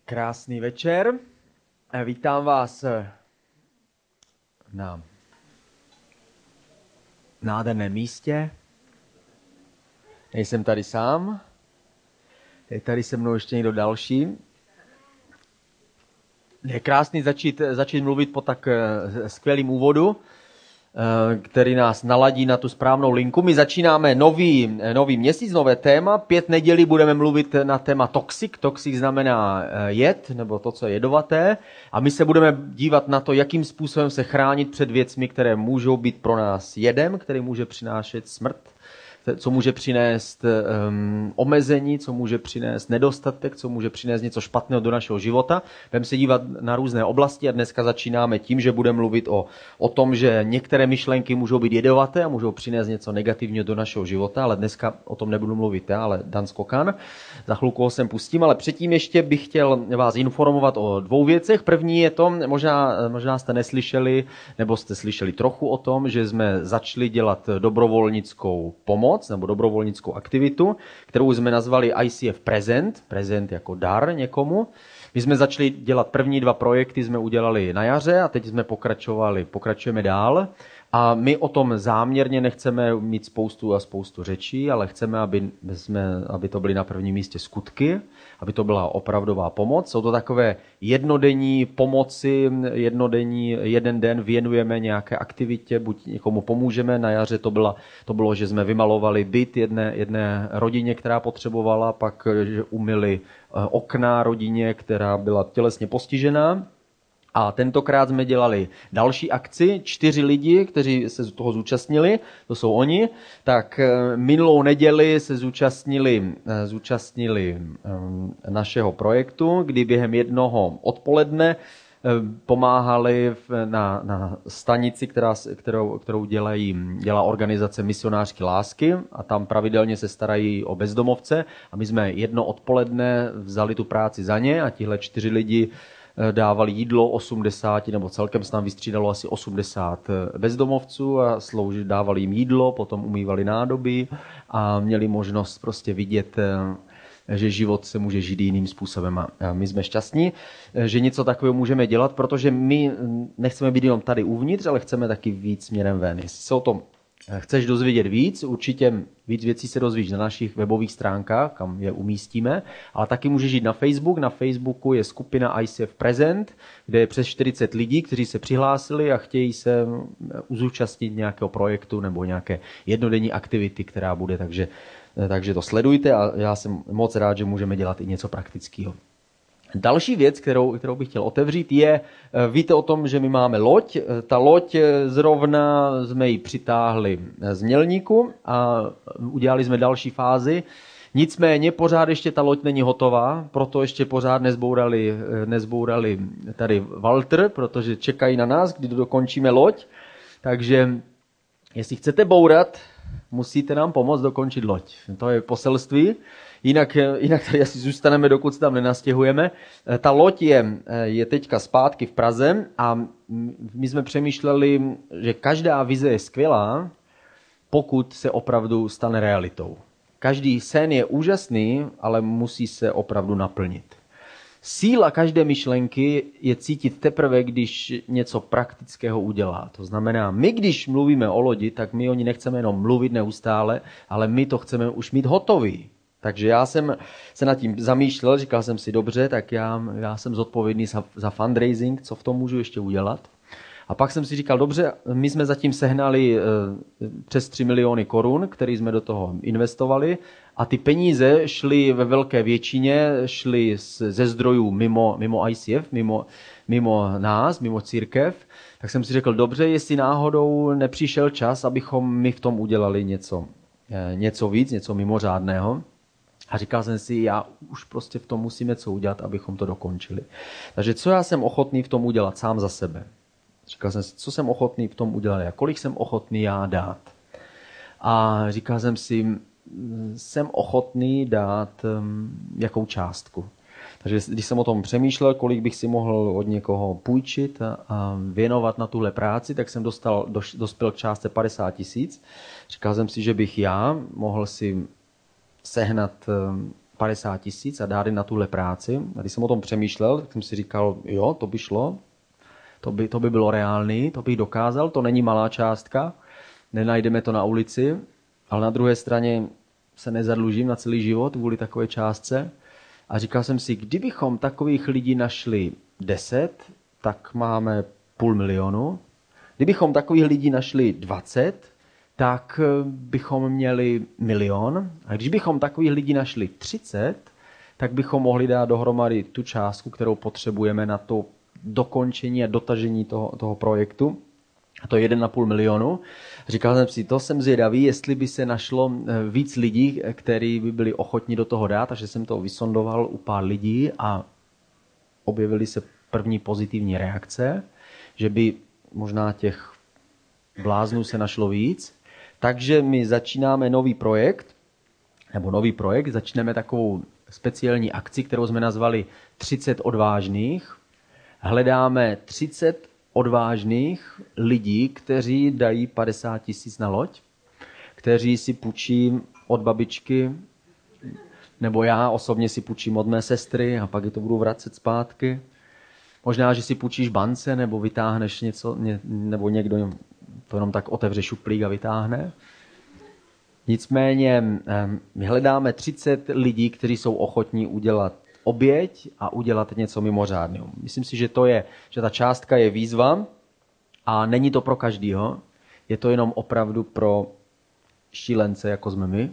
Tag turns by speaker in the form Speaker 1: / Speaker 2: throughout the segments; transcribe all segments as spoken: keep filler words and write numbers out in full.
Speaker 1: Krásný večer. Vítám vás na nádherném místě. Nejsem tady sám. Je tady se mnou ještě někdo další. Je krásný začít, začít mluvit po tak skvělým úvodu, který nás naladí na tu správnou linku. My začínáme nový, nový měsíc, nové téma. Pět nedělí budeme mluvit na téma toxik. Toxik znamená jed, nebo to, co je jedovaté. A my se budeme dívat na to, jakým způsobem se chránit před věcmi, které můžou být pro nás jedem, který může přinášet smrt, co může přinést um, omezení, co může přinést nedostatek, co může přinést něco špatného do našeho života. Budeme se dívat na různé oblasti a dneska začínáme tím, že budeme mluvit o, o tom, že některé myšlenky můžou být jedovaté a můžou přinést něco negativního do našeho života, ale dneska o tom nebudu mluvit já, ale Dan Skokan. Za chvilku ho sem pustím, ale předtím ještě bych chtěl vás informovat o dvou věcech. První je to, možná, možná jste neslyšeli, nebo jste slyšeli trochu o tom, že jsme začali dělat dobrovolnickou pomoc, nebo dobrovolnickou aktivitu, kterou jsme nazvali I C F Present, prezent jako dar někomu. My jsme začali dělat první dva projekty, jsme udělali na jaře a teď jsme pokračovali, pokračujeme dál. A my o tom záměrně nechceme mít spoustu a spoustu řečí, ale chceme, aby, jsme, aby to byly na prvním místě skutky, aby to byla opravdová pomoc. Jsou to takové jednodenní pomoci, jednodenní, jeden den věnujeme nějaké aktivitě, buď někomu pomůžeme. Na jaře to, byla, to bylo, že jsme vymalovali byt jedné, jedné rodině, která potřebovala, pak že umyli okna rodině, která byla tělesně postižená. A tentokrát jsme dělali další akci, čtyři lidi, kteří se toho zúčastnili, to jsou oni, tak minulou neděli se zúčastnili, zúčastnili našeho projektu, kdy během jednoho odpoledne pomáhali na, na stanici, která, kterou, kterou dělají, dělá organizace Misionářky lásky a tam pravidelně se starají o bezdomovce a my jsme jedno odpoledne vzali tu práci za ně a tihle čtyři lidi dávali jídlo osmdesát, nebo celkem se tam vystřídalo asi osmdesát bezdomovců a slouži, dávali jim jídlo, potom umývali nádoby a měli možnost prostě vidět, že život se může žít jiným způsobem. A my jsme šťastní, že něco takového můžeme dělat, protože my nechceme být jenom tady uvnitř, ale chceme taky víc směrem ven. Jestli se o tom chceš dozvědět víc, určitě víc věcí se dozvíš na našich webových stránkách, kam je umístíme, ale taky můžeš jít na Facebook. Na Facebooku je skupina I C F Present, kde je přes čtyřicet lidí, kteří se přihlásili a chtějí se zúčastnit nějakého projektu nebo nějaké jednodenní aktivity, která bude, takže, takže to sledujte a já jsem moc rád, že můžeme dělat i něco praktického. Další věc, kterou, kterou bych chtěl otevřít, je, víte o tom, že my máme loď. Ta loď zrovna jsme ji přitáhli z Mělníku a udělali jsme další fázi. Nicméně pořád ještě ta loď není hotová, proto ještě pořád nezbourali, nezbourali tady Walter, protože čekají na nás, kdy dokončíme loď. Takže jestli chcete bourat, musíte nám pomoct dokončit loď. To je poselství. Jinak, jinak tady asi zůstaneme, dokud se tam nenastěhujeme. Ta loď je, je teďka zpátky v Praze a my jsme přemýšleli, že každá vize je skvělá, pokud se opravdu stane realitou. Každý sen je úžasný, ale musí se opravdu naplnit. Síla každé myšlenky je cítit teprve, když něco praktického udělá. To znamená, my když mluvíme o lodi, tak my o ní nechceme jenom mluvit neustále, ale my to chceme už mít hotový. Takže já jsem se nad tím zamýšlel, říkal jsem si, dobře, tak já, já jsem zodpovědný za, za fundraising, co v tom můžu ještě udělat. A pak jsem si říkal, dobře, my jsme zatím sehnali e, přes tři miliony korun, které jsme do toho investovali a ty peníze šly ve velké většině, šly z, ze zdrojů mimo, mimo I C F, mimo, mimo nás, mimo církev. Tak jsem si řekl, dobře, jestli náhodou nepřišel čas, abychom my v tom udělali něco, e, něco víc, něco mimořádného. A říkal jsem si, já už prostě v tom musím něco udělat, abychom to dokončili. Takže co já jsem ochotný v tom udělat sám za sebe? Říkal jsem si, co jsem ochotný v tom udělat a kolik jsem ochotný já dát. A říkal jsem si, jsem ochotný dát um, jakou částku. Takže když jsem o tom přemýšlel, kolik bych si mohl od někoho půjčit a, a věnovat na tuhle práci, tak jsem dostal, doš, dospěl k částce padesát tisíc. Říkal jsem si, že bych já mohl si sehnat padesát tisíc a dát jim na tuhle práci. A když jsem o tom přemýšlel, tak jsem si říkal, jo, to by šlo, to by, to by bylo reálný, to bych dokázal, to není malá částka, nenajdeme to na ulici, ale na druhé straně se nezadlužím na celý život kvůli takové částce. A říkal jsem si, kdybychom takových lidí našli deset, tak máme půl milionu. Kdybychom takových lidí našli dvacet, tak bychom měli milion. A když bychom takových lidí našli třicet, tak bychom mohli dát dohromady tu částku, kterou potřebujeme na to dokončení a dotažení toho, toho projektu. A to je jeden a půl milionu. Říkal jsem si, to jsem zvědavý, jestli by se našlo víc lidí, kteří by byli ochotní do toho dát, takže jsem to vysondoval u pár lidí a objevily se první pozitivní reakce, že by možná těch bláznů se našlo víc. Takže my začínáme nový projekt, nebo nový projekt, začneme takovou speciální akci, kterou jsme nazvali třicet odvážných. Hledáme třicet odvážných lidí, kteří dají padesát tisíc na loď, kteří si půjčí od babičky, nebo já osobně si půjčím od mé sestry a pak je to budu vracet zpátky. Možná, že si půjčíš bance, nebo vytáhneš něco, nebo někdo to jenom tak otevře šuplík a vytáhne. Nicméně my hledáme třicet lidí, kteří jsou ochotní udělat oběť a udělat něco mimořádného. Myslím si, že to je, že ta částka je výzva a není to pro každýho. Je to jenom opravdu pro šílence, jako jsme my.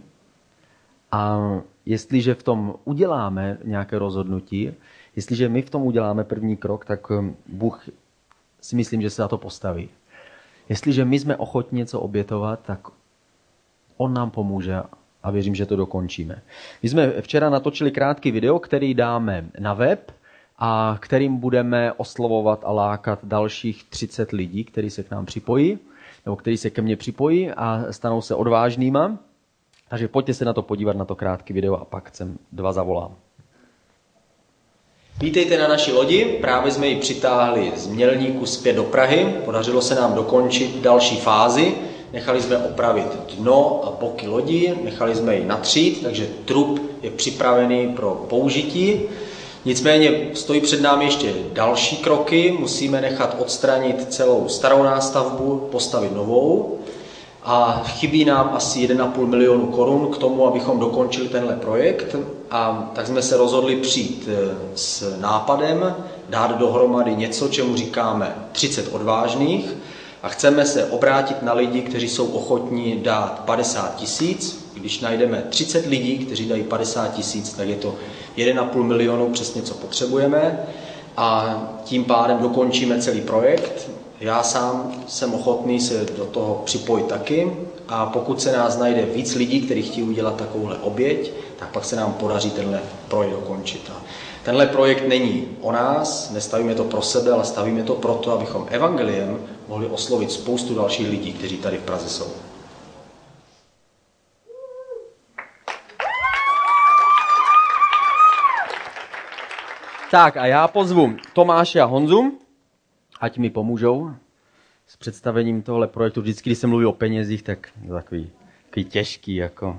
Speaker 1: A jestliže v tom uděláme nějaké rozhodnutí, jestliže my v tom uděláme první krok, tak Bůh si myslím, že se za to postaví. Jestliže my jsme ochotní něco obětovat, tak on nám pomůže a věřím, že to dokončíme. My jsme včera natočili krátký video, který dáme na web a kterým budeme oslovovat a lákat dalších třicet lidí, kteří se k nám připojí, nebo kteří se ke mně připojí a stanou se odvážnýma. Takže pojďte se na to podívat, na to krátké video a pak sem dva zavolám. Vítejte na naší lodi, právě jsme ji přitáhli z Mělníku zpět do Prahy. Podařilo se nám dokončit další fázi. Nechali jsme opravit dno a boky lodi, nechali jsme ji natřít, takže trup je připravený pro použití. Nicméně stojí před námi ještě další kroky. Musíme nechat odstranit celou starou nástavbu, postavit novou. A chybí nám asi jeden a půl milionu korun k tomu, abychom dokončili tenhle projekt. A tak jsme se rozhodli přijít s nápadem, dát dohromady něco, čemu říkáme třicet odvážných. A chceme se obrátit na lidi, kteří jsou ochotní dát padesát tisíc. Když najdeme třicet lidí, kteří dají padesát tisíc, tak je to jeden a půl milionu přesně, co potřebujeme. A tím pádem dokončíme celý projekt. Já sám jsem ochotný se do toho připojit taky. A pokud se nás najde víc lidí, kteří chtějí udělat takovouhle oběť, tak pak se nám podaří tenhle projekt dokončit. A tenhle projekt není o nás, nestavíme to pro sebe, ale stavíme to proto, abychom evangeliem mohli oslovit spoustu dalších lidí, kteří tady v Praze jsou. Tak a já pozvu Tomáše a Honzu, ať mi pomůžou s představením tohle projektu. Vždycky, když se mluví o penězích, tak je takový, takový těžký. Jako.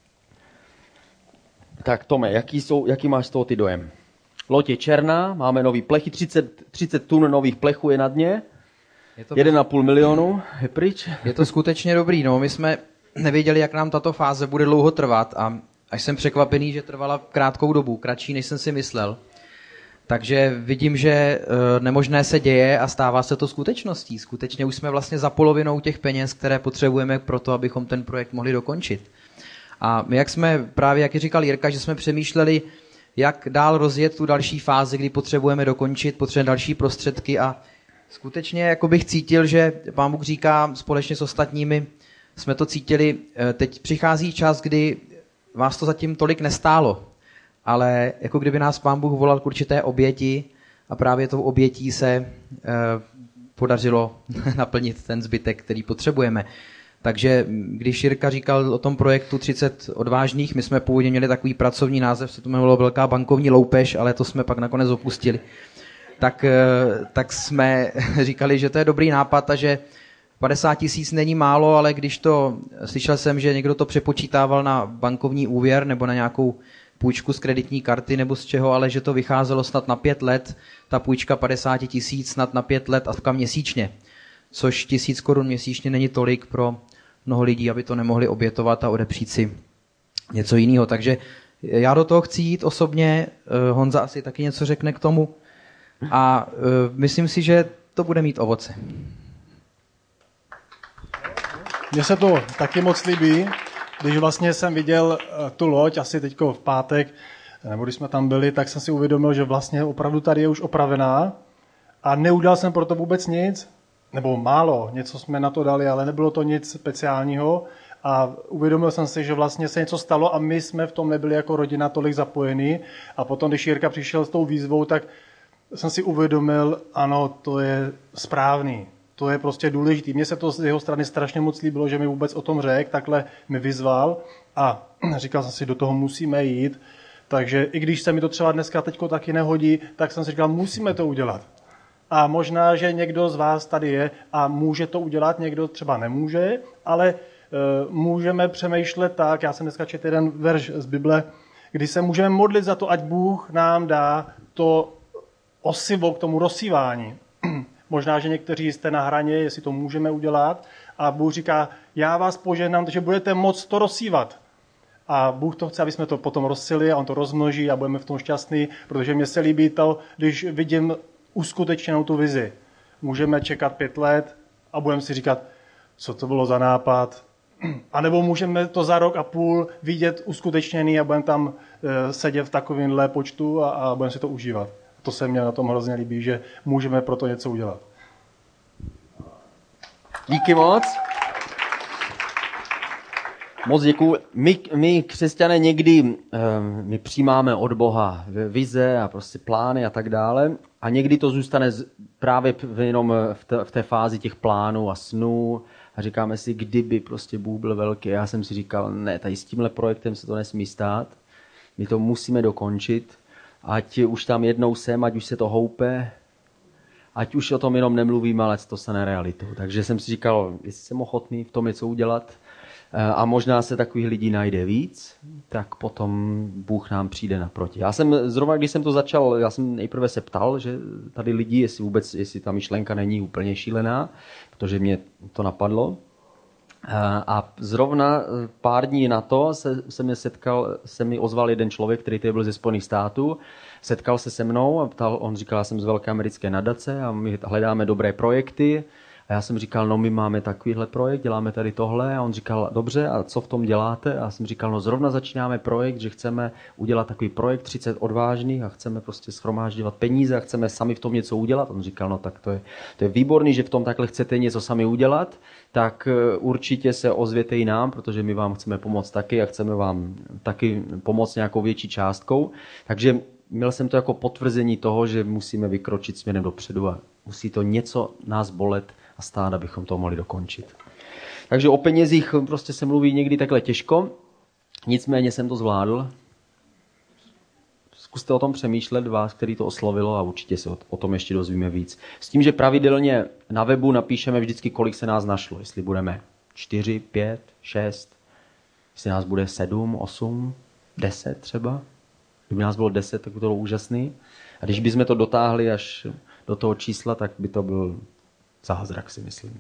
Speaker 1: Tak Tome, jaký, jsou, jaký máš z toho ty dojem? Loď je černá, máme nový plechy, třicet, třicet tun nových plechů je na dně, jeden a půl milionu je pryč.
Speaker 2: Je to skutečně dobrý, no. My jsme nevěděli, jak nám tato fáze bude dlouho trvat a až jsem překvapený, že trvala krátkou dobu, kratší, než jsem si myslel. Takže vidím, že nemožné se děje a stává se to skutečností. Skutečně už jsme vlastně za polovinou těch peněz, které potřebujeme pro to, abychom ten projekt mohli dokončit. A my, jak jsme právě, jak říkal Jirka, že jsme přemýšleli, jak dál rozjet tu další fázi, kdy potřebujeme dokončit, potřebujeme další prostředky a skutečně jako bych cítil, že Pán Bůh říká společně s ostatními, jsme to cítili, teď přichází čas, kdy vás to zatím tolik nestálo, ale jako kdyby nás Pán Bůh volal k určité oběti a právě tou obětí se eh, podařilo naplnit ten zbytek, který potřebujeme. Takže když Jirka říkal o tom projektu třicet odvážných, my jsme původně měli takový pracovní název, se to jmenovalo Velká bankovní loupež, ale to jsme pak nakonec opustili. Tak, tak jsme říkali, že to je dobrý nápad a že padesát tisíc není málo, ale když to, slyšel jsem, že někdo to přepočítával na bankovní úvěr nebo na nějakou půjčku z kreditní karty nebo z čeho, ale že to vycházelo snad na pět let, ta půjčka padesát tisíc snad na pět let a měsíčně, což tisíc korun měsíčně není tolik pro mnoho lidí, aby to nemohli obětovat a odepřít si něco jiného. Takže já do toho chci jít osobně, Honza asi taky něco řekne k tomu a myslím si, že to bude mít ovoce.
Speaker 3: Mně se to taky moc líbí, když vlastně jsem viděl tu loď asi teďko v pátek, nebo když jsme tam byli, tak jsem si uvědomil, že vlastně opravdu tady je už opravená a neudělal jsem pro to vůbec nic, nebo málo, něco jsme na to dali, ale nebylo to nic speciálního a uvědomil jsem si, že vlastně se něco stalo a my jsme v tom nebyli jako rodina tolik zapojení a potom, když Jirka přišel s tou výzvou, tak jsem si uvědomil, ano, to je správný. To je prostě důležitý. Mně se to z jeho strany strašně moc líbilo, že mi vůbec o tom řekl, takhle mi vyzval a říkal jsem si, do toho musíme jít. Takže i když se mi to třeba dneska teďko taky nehodí, tak jsem si říkal, musíme to udělat. A možná, že někdo z vás tady je a může to udělat, někdo třeba nemůže, ale uh, můžeme přemýšlet tak, já jsem dneska četl jeden verš z Bible, kdy se můžeme modlit za to, ať Bůh nám dá to osivo k tomu rozsívání. Možná, že někteří jste na hraně, jestli to můžeme udělat. A Bůh říká, já vás požehnám, že budete moct to rozsívat. A Bůh to chce, aby jsme to potom rozsili a on to rozmnoží a budeme v tom šťastní, protože mně se líbí to, když vidím uskutečněnou tu vizi. Můžeme čekat pět let a budeme si říkat, co to bylo za nápad. A nebo můžeme to za rok a půl vidět uskutečněný a budeme tam sedět v takovémhle počtu a, a budeme si to užívat. To se mně na tom hrozně líbí, že můžeme pro to něco udělat.
Speaker 1: Díky moc. Moc děkuju. My, my křesťané někdy my přijímáme od Boha vize a prostě plány a tak dále a někdy to zůstane právě jenom v té, v té fázi těch plánů a snů a říkáme si, kdyby prostě Bůh byl velký. Já jsem si říkal, ne, tady s tímhle projektem se to nesmí stát. My to musíme dokončit. Ať už tam jednou jsem, ať už se to houpe, ať už o tom jenom nemluvím, ale to stane realitou. Takže jsem si říkal, jestli jsem ochotný v tom něco udělat a možná se takových lidí najde víc, tak potom Bůh nám přijde naproti. Já jsem zrovna, když jsem to začal, já jsem nejprve se ptal, že tady lidi, jestli vůbec, jestli ta myšlenka není úplně šílená, protože mě to napadlo. A zrovna pár dní na to se, se, mě setkal, se mi ozval jeden člověk, který tady byl ze Spojených států. Setkal se se mnou a ptal, on říkal, já jsem z velké americké nadace a my hledáme dobré projekty. A já jsem říkal, no my máme takovýhle projekt, děláme tady tohle. A on říkal, dobře, a co v tom děláte? A já jsem říkal, no zrovna začínáme projekt, že chceme udělat takový projekt třicet odvážných a chceme prostě shromážďovat peníze a chceme sami v tom něco udělat. On říkal, no tak to je, to je výborný, že v tom takhle chcete něco sami udělat, tak určitě se ozvěte i nám, protože my vám chceme pomoct taky a chceme vám taky pomoct nějakou větší částkou. Takže měl jsem to jako potvrzení toho, že musíme vykročit směrem dopředu a musí to něco nás bolet a stát, abychom to mohli dokončit. Takže o penězích prostě se mluví někdy takhle těžko, nicméně jsem to zvládl. Zkuste o tom přemýšlet, vás, který to oslovilo, a určitě se o tom ještě dozvíme víc. S tím, že pravidelně na webu napíšeme vždycky, kolik se nás našlo. Jestli budeme čtyři, pět, šest, jestli nás bude sedm, osm, deset třeba. Kdyby nás bylo deset, tak by to bylo úžasný. A když bychom to dotáhli až do toho čísla, tak by to byl zázrak, si myslím.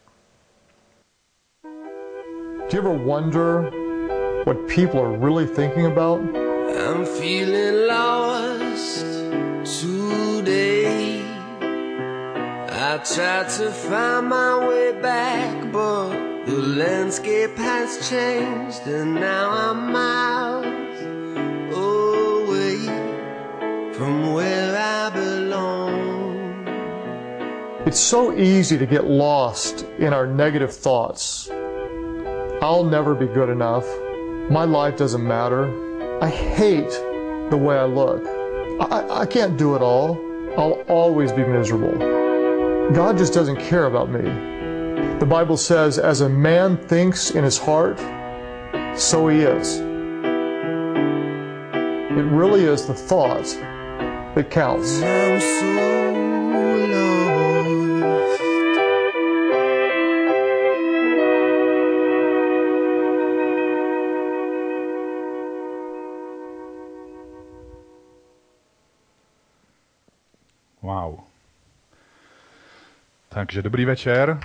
Speaker 4: Do you ever wonder what people are really thinking about?
Speaker 5: I'm feeling lost today. I tried to find my way back, but the landscape has changed and now I'm miles away from where I belong.
Speaker 4: It's so easy to get lost in our negative thoughts. I'll never be good enough. My life doesn't matter. I hate the way I look. I, I can't do it all. I'll always be miserable. God just doesn't care about me. The Bible says, as a man thinks in his heart, so he is. It really is the thought that counts.
Speaker 5: I'm so lost.
Speaker 6: Wow. Takže dobrý večer.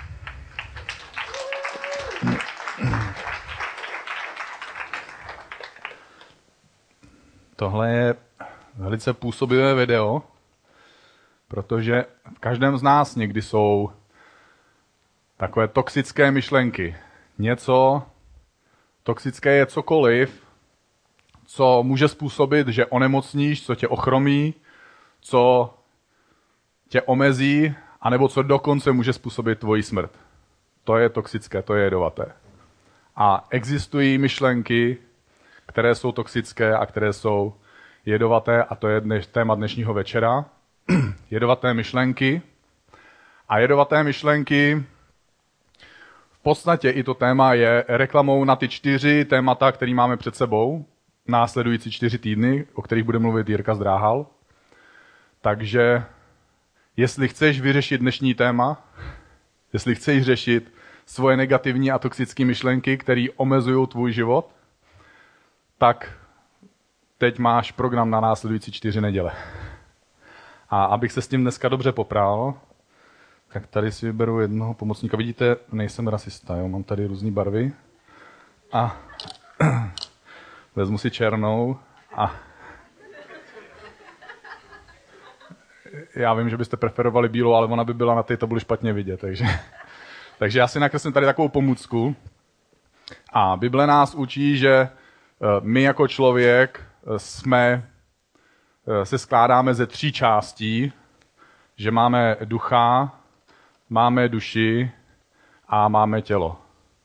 Speaker 6: Tohle je velice působivé video, protože v každém z nás někdy jsou takové toxické myšlenky. Něco, toxické je cokoliv, co může způsobit, že onemocníš, co tě ochromí, co tě omezí, anebo co dokonce může způsobit tvoji smrt. To je toxické, to je jedovaté. A existují myšlenky, které jsou toxické a které jsou jedovaté, a to je dneš, téma dnešního večera. Jedovaté myšlenky. A jedovaté myšlenky, v podstatě i to téma je reklamou na ty čtyři témata, které máme před sebou, následující čtyři týdny, o kterých bude mluvit Jirka Zdráhal. Takže jestli chceš vyřešit dnešní téma, jestli chceš řešit svoje negativní a toxické myšlenky, které omezují tvůj život, tak teď máš program na následující čtyři neděle. A abych se s tím dneska dobře popral, tak tady si vyberu jednoho pomocníka. Vidíte, nejsem rasista, jo? Mám tady různé barvy. A vezmu si černou a já vím, že byste preferovali bílou, ale ona by byla na té tabuli špatně vidět. Takže, takže já si nakreslím tady takovou pomůcku. A Bible nás učí, že my jako člověk jsme, se skládáme ze tří částí, že máme ducha, máme duši a máme tělo.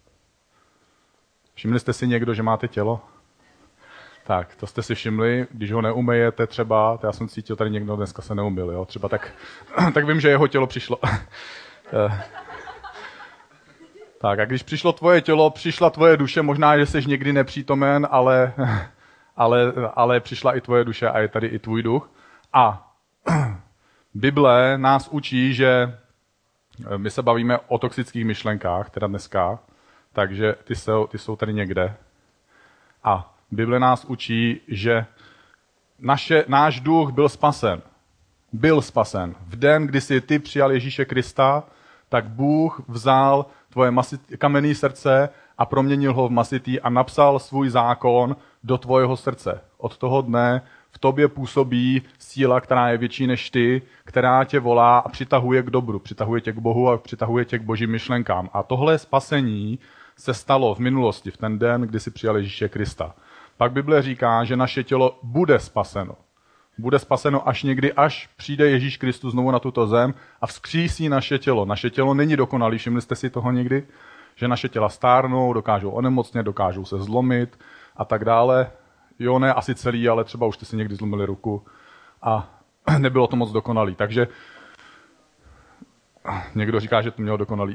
Speaker 6: Všimli jste si někdo, že máte tělo? Tak, to jste si všimli, když ho neumejete třeba, to já jsem cítil, tady někdo dneska se neumyl, jo? Třeba tak, tak vím, že jeho tělo přišlo. Tak a když přišlo tvoje tělo, přišla tvoje duše, možná, že jsi někdy nepřítomen, ale, ale, ale přišla i tvoje duše a je tady i tvůj duch. A Bible nás učí, že my se bavíme o toxických myšlenkách, teda dneska, takže ty jsou, ty jsou tady někde. A Bible nás učí, že naše, náš duch byl spasen. Byl spasen. V den, kdy jsi ty přijal Ježíše Krista, tak Bůh vzal tvoje masit, kamenné srdce a proměnil ho v masitý a napsal svůj zákon do tvojeho srdce. Od toho dne v tobě působí síla, která je větší než ty, která tě volá a přitahuje k dobru, přitahuje tě k Bohu a přitahuje tě k božím myšlenkám. A tohle spasení se stalo v minulosti, v ten den, kdy jsi přijal Ježíše Krista. Pak Bible říká, že naše tělo bude spaseno. Bude spaseno až někdy, až přijde Ježíš Kristus znovu na tuto zem a vzkřísí naše tělo. Naše tělo není dokonalé, všimli jste si toho někdy? Že naše těla stárnou, dokážou onemocnět, dokážou se zlomit a tak dále. Jo, ne asi celý, ale třeba už jste si někdy zlomili ruku a nebylo to moc dokonalý. Takže někdo říká, že to mělo dokonalý.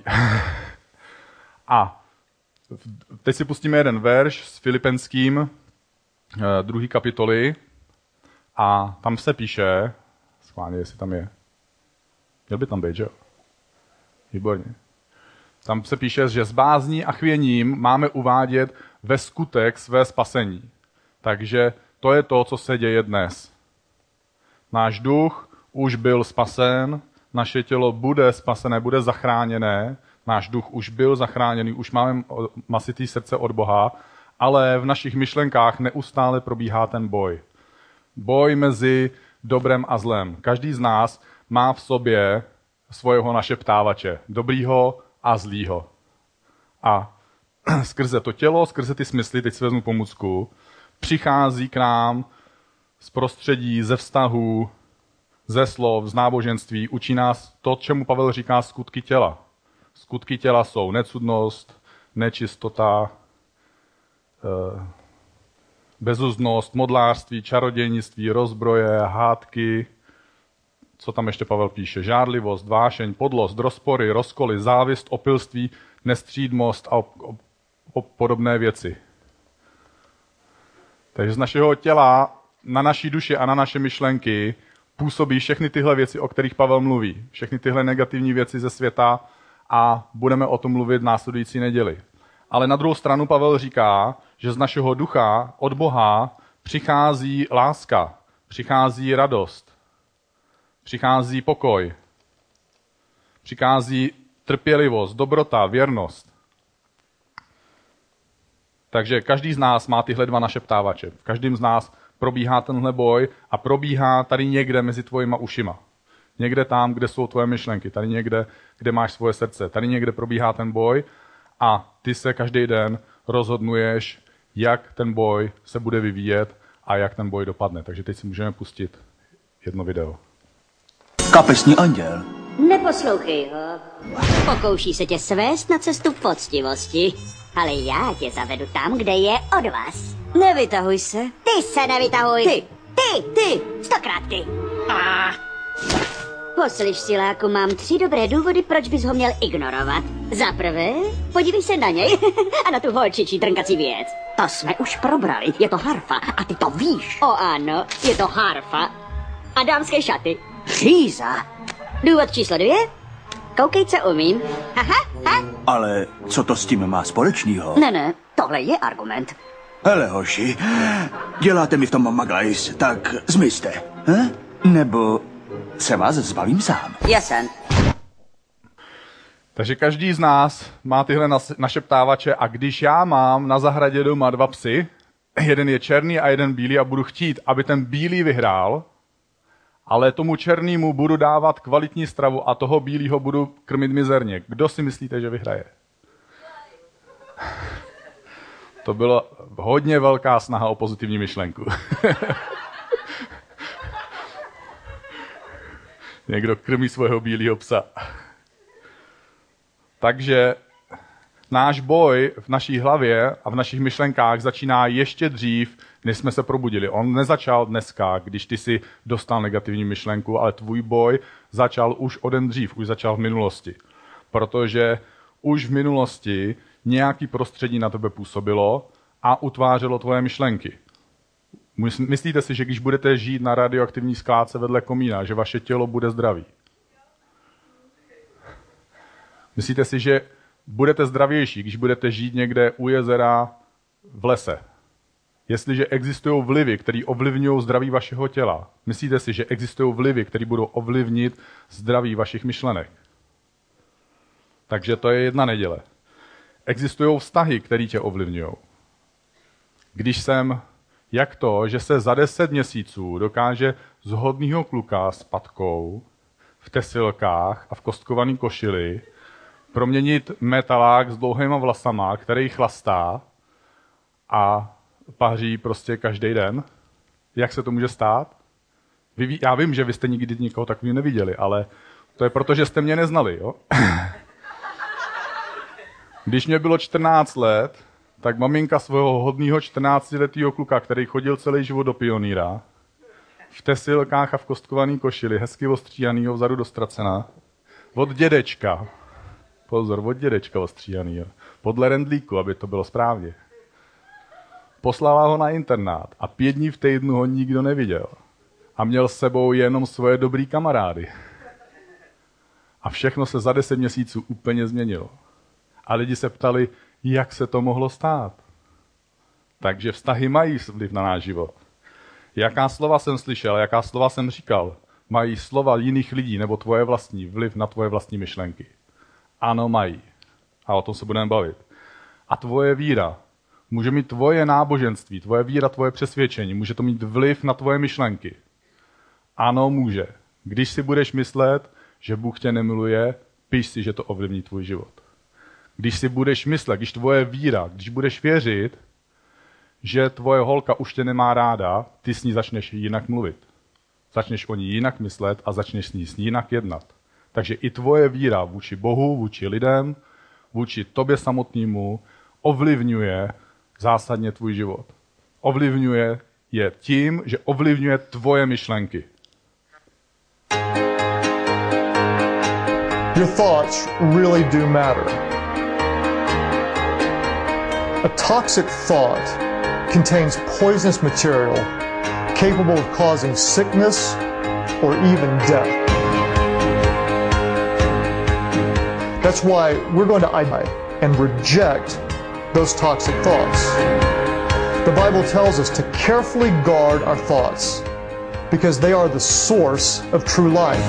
Speaker 6: A teď si pustíme jeden verš s Filipenským, druhý kapitoly, a tam se píše, schválně, jestli tam je, měl by tam být, že jo? Výborně. Tam se píše, že s bázní a chvěním máme uvádět ve skutek své spasení. Takže to je to, co se děje dnes. Náš duch už byl spasen, naše tělo bude spasené, bude zachráněné, náš duch už byl zachráněný, už máme masitý srdce od Boha, ale v našich myšlenkách neustále probíhá ten boj. Boj mezi dobrem a zlem. Každý z nás má v sobě svého našeptávače, dobrýho a zlýho. A skrze to tělo, skrze ty smysly, teď si vezmu pomůcku, přichází k nám z prostředí, ze vztahů, ze slov, z náboženství, učí nás to, čemu Pavel říká skutky těla. Skutky těla jsou necudnost, nečistota, bezúznost, modlářství, čarodějnictví, rozbroje, hádky, co tam ještě Pavel píše, žárlivost, vášeň, podlost, rozpory, rozkoly, závist, opilství, nestřídmost a podobné věci. Takže z našeho těla na naší duši a na naše myšlenky působí všechny tyhle věci, o kterých Pavel mluví. Všechny tyhle negativní věci ze světa a budeme o tom mluvit v následující neděli. Ale na druhou stranu Pavel říká, že z našeho ducha od Boha přichází láska, přichází radost. přichází pokoj, přichází trpělivost, dobrota, věrnost. Takže každý z nás má tyhle dva našeptávače. V každém z nás probíhá tenhle boj a probíhá tady někde mezi tvojima ušima. Někde tam, kde jsou tvoje myšlenky, tady někde, kde máš svoje srdce. Tady někde probíhá ten boj a ty se každý den rozhodnuješ, jak ten boj se bude vyvíjet a jak ten boj dopadne. Takže teď si můžeme pustit jedno video.
Speaker 7: Kapesní anděl.
Speaker 8: Neposlouchej ho. Pokouší se tě svést na cestu poctivosti. Ale já tě zavedu tam, kde je od vás. Nevytahuj se. Ty se nevytahuj. Ty, ty, ty, stokrát ty. Ah. Poslyš, siláku, mám tři dobré důvody, proč bys ho měl ignorovat. Za prvé, podívej se na něj a na tu holčičí trnkací věc. To jsme už probrali, je to harfa a ty to víš. O ano, je to harfa. A dámské šaty. Říza. Důvod číslo dvě? Koukej, co umím. Haha, ha.
Speaker 7: Ale co to s tím má společného?
Speaker 8: Ne, ne, tohle je argument.
Speaker 7: Hele, hoši, děláte mi v tom maglajs, tak zmizte. Hm? Nebo se vás zbavím sám.
Speaker 8: Jasen.
Speaker 6: Takže každý z nás má tyhle našeptávače a když já mám na zahradě doma dva psy, jeden je černý a jeden bílý a budu chtít, aby ten bílý vyhrál, ale tomu černému budu dávat kvalitní stravu a toho bílého budu krmit mizerně. Kdo si myslíte, že vyhraje? To byla hodně velká snaha o pozitivní myšlenku. Někdo krmí svého bílého psa. Takže náš boj v naší hlavě a v našich myšlenkách začíná ještě dřív, než jsme se probudili. On nezačal dneska, když ty si dostal negativní myšlenku, ale tvůj boj začal už o den dřív, už začal v minulosti. Protože už v minulosti nějaký prostředí na tebe působilo a utvářelo tvoje myšlenky. Myslíte si, že když budete žít na radioaktivní skládce vedle komína, že vaše tělo bude zdravý? Myslíte si, že budete zdravější, když budete žít někde u jezera v lese? Jestliže existují vlivy, které ovlivňují zdraví vašeho těla, myslíte si, že existují vlivy, které budou ovlivnit zdraví vašich myšlenek? Takže to je jedna neděle. Existují vztahy, které tě ovlivňují. Když jsem, jak to, že se za deset měsíců dokáže z hodnýho kluka s patkou, v tesilkách a v kostkovaný košili proměnit metalák s dlouhýma vlasama, který chlastá a paří prostě každý den. Jak se to může stát? Vy, já vím, že vy jste nikdy nikoho takového neviděli, ale to je proto, že jste mě neznali. Jo? Když mě bylo čtrnáct let, tak maminka svého hodného čtrnáctiletého kluka, který chodil celý život do Pionýra, v tesilkách a v kostkovaný košili, hezky ostříhanýho vzadu do ztracena, od dědečka, pozor, od dědečka ostříhanýho, podle rendlíku, aby to bylo správně. Poslala ho na internát a pět dní v týdnu ho nikdo neviděl. A měl s sebou jenom svoje dobrý kamarády. A všechno se za deset měsíců úplně změnilo. A lidi se ptali, jak se to mohlo stát. Takže vztahy mají vliv na náš život. Jaká slova jsem slyšel, jaká slova jsem říkal, mají slova jiných lidí nebo tvoje vlastní vliv na tvoje vlastní myšlenky. Ano, mají. A o tom se budeme bavit. A tvoje víra, může mít tvoje náboženství, tvoje víra, tvoje přesvědčení, může to mít vliv na tvoje myšlenky. Ano, může. Když si budeš myslet, že Bůh tě nemiluje, píš si, že to ovlivní tvůj život. Když si budeš myslet, když tvoje víra, když budeš věřit, že tvoje holka už tě nemá ráda, ty s ní začneš jinak mluvit. Začneš o ní jinak myslet a začneš s ní, s ní jinak jednat. Takže i tvoje víra vůči Bohu, vůči lidem, vůči tobě samotnému ovlivňuje zásadně tvůj život. Ovlivňuje je tím, že ovlivňuje tvoje myšlenky.
Speaker 4: Your thoughts really do matter. A toxic thought contains poisonous material capable of causing sickness or even death. That's why we're going to identify and reject those toxic thoughts. The Bible tells us to carefully guard our thoughts because they are the source of true life.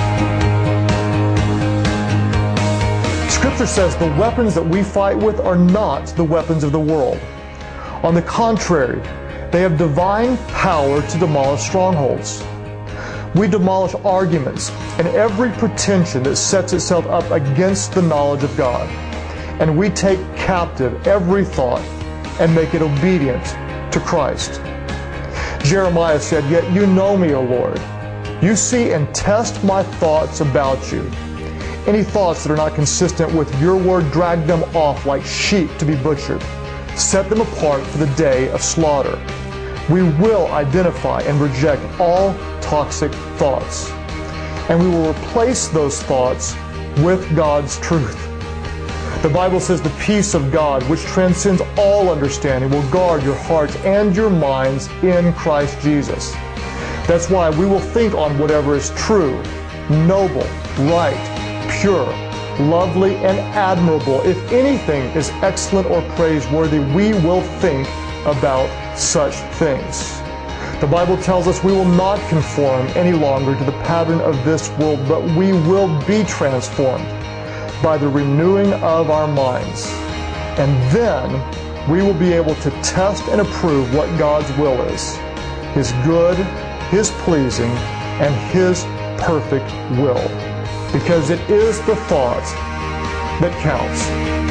Speaker 4: Scripture says the weapons that we fight with are not the weapons of the world. On the contrary, they have divine power to demolish strongholds. We demolish arguments and every pretension that sets itself up against the knowledge of God. And we take captive every thought and make it obedient to Christ. Jeremiah said, "Yet you know me, O Lord. You see and test my thoughts about you. Any thoughts that are not consistent with your word, drag them off like sheep to be butchered. Set them apart for the day of slaughter." We will identify and reject all toxic thoughts. And we will replace those thoughts with God's truth. The Bible says the peace of God, which transcends all understanding, will guard your hearts and your minds in Christ Jesus. That's why we will think on whatever is true, noble, right, pure, lovely, and admirable. If anything is excellent or praiseworthy, we will think about such things. The Bible tells us we will not conform any longer to the pattern of this world, but we will be transformed by the renewing of our minds. And then we will be able to test and approve what God's will is, His good, His pleasing, and His perfect will. Because it is the thought that counts.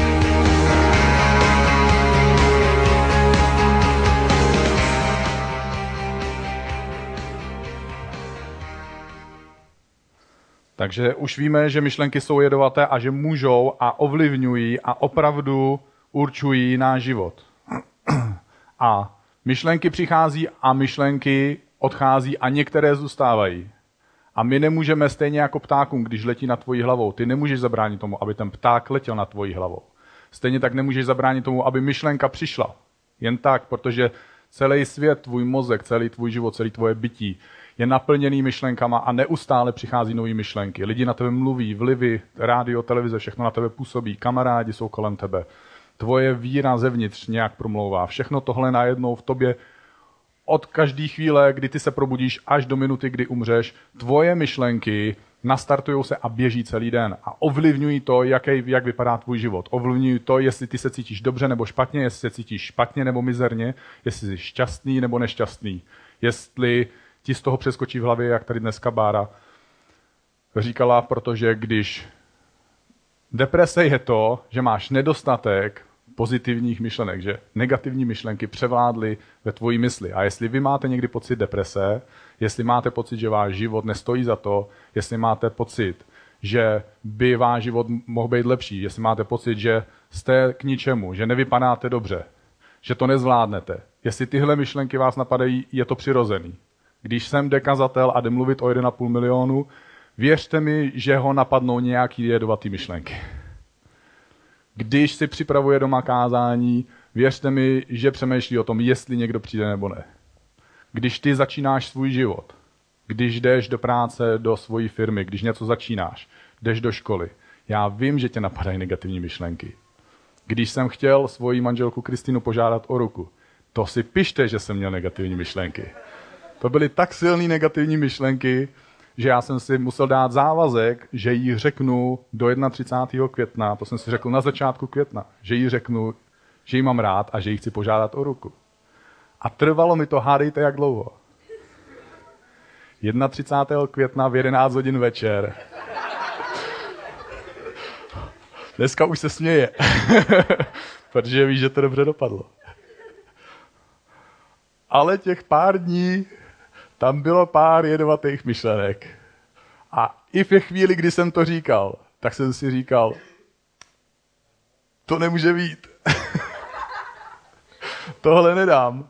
Speaker 6: Takže už víme, že myšlenky jsou jedovaté a že můžou a ovlivňují a opravdu určují náš život. A myšlenky přichází a myšlenky odchází a některé zůstávají. A my nemůžeme stejně jako ptákům, když letí nad tvojí hlavou. Ty nemůžeš zabránit tomu, aby ten pták letěl nad tvojí hlavou. Stejně tak nemůžeš zabránit tomu, aby myšlenka přišla. Jen tak, protože celý svět, tvůj mozek, celý tvůj život, celý tvoje bytí je naplněný myšlenkama a neustále přichází nové myšlenky. Lidi na tebe mluví, vlivy, rádio, televize, všechno na tebe působí, kamarádi jsou kolem tebe. Tvoje víra zevnitř nějak promlouvá. Všechno tohle najednou v tobě od každé chvíle, kdy ty se probudíš, až do minuty, kdy umřeš, tvoje myšlenky nastartují se a běží celý den a ovlivňují to, jaký, jak vypadá tvůj život. Ovlivňují to, jestli ty se cítíš dobře nebo špatně, jestli se cítíš špatně nebo mizerně, jestli jsi šťastný nebo nešťastný, jestli ti z toho přeskočí v hlavě, jak tady dneska Bára říkala, protože když deprese je to, že máš nedostatek pozitivních myšlenek, že negativní myšlenky převládly ve tvojí mysli. A jestli vy máte někdy pocit deprese, jestli máte pocit, že váš život nestojí za to, jestli máte pocit, že by váš život mohl být lepší, jestli máte pocit, že jste k ničemu, že nevypadáte dobře, že to nezvládnete, jestli tyhle myšlenky vás napadají, je to přirozený. Když jsem dekazatel a jde mluvit o jeden a půl milionu, věřte mi, že ho napadnou nějaký jedovatý myšlenky. Když si připravuje doma kázání, věřte mi, že přemýšlí o tom, jestli někdo přijde nebo ne. Když ty začínáš svůj život, když jdeš do práce, do svojí firmy, když něco začínáš, jdeš do školy, já vím, že tě napadají negativní myšlenky. Když jsem chtěl svoji manželku Kristýnu požádat o ruku, to si pište, že jsem měl negativní myšlenky. To byly tak silné negativní myšlenky, že já jsem si musel dát závazek, že jí řeknu do třicátého prvního května, to jsem si řekl na začátku května, že jí řeknu, že jí mám rád a že jí chci požádat o ruku. A trvalo mi to, hádejte jak dlouho. třicátého prvního května v jedenáct hodin večer. Dneska už se směje, protože víš, že to dobře dopadlo. Ale těch pár dní tam bylo pár jedovatých myšlenek. A i v chvíli, kdy jsem to říkal, tak jsem si říkal, to nemůže být. Tohle nedám.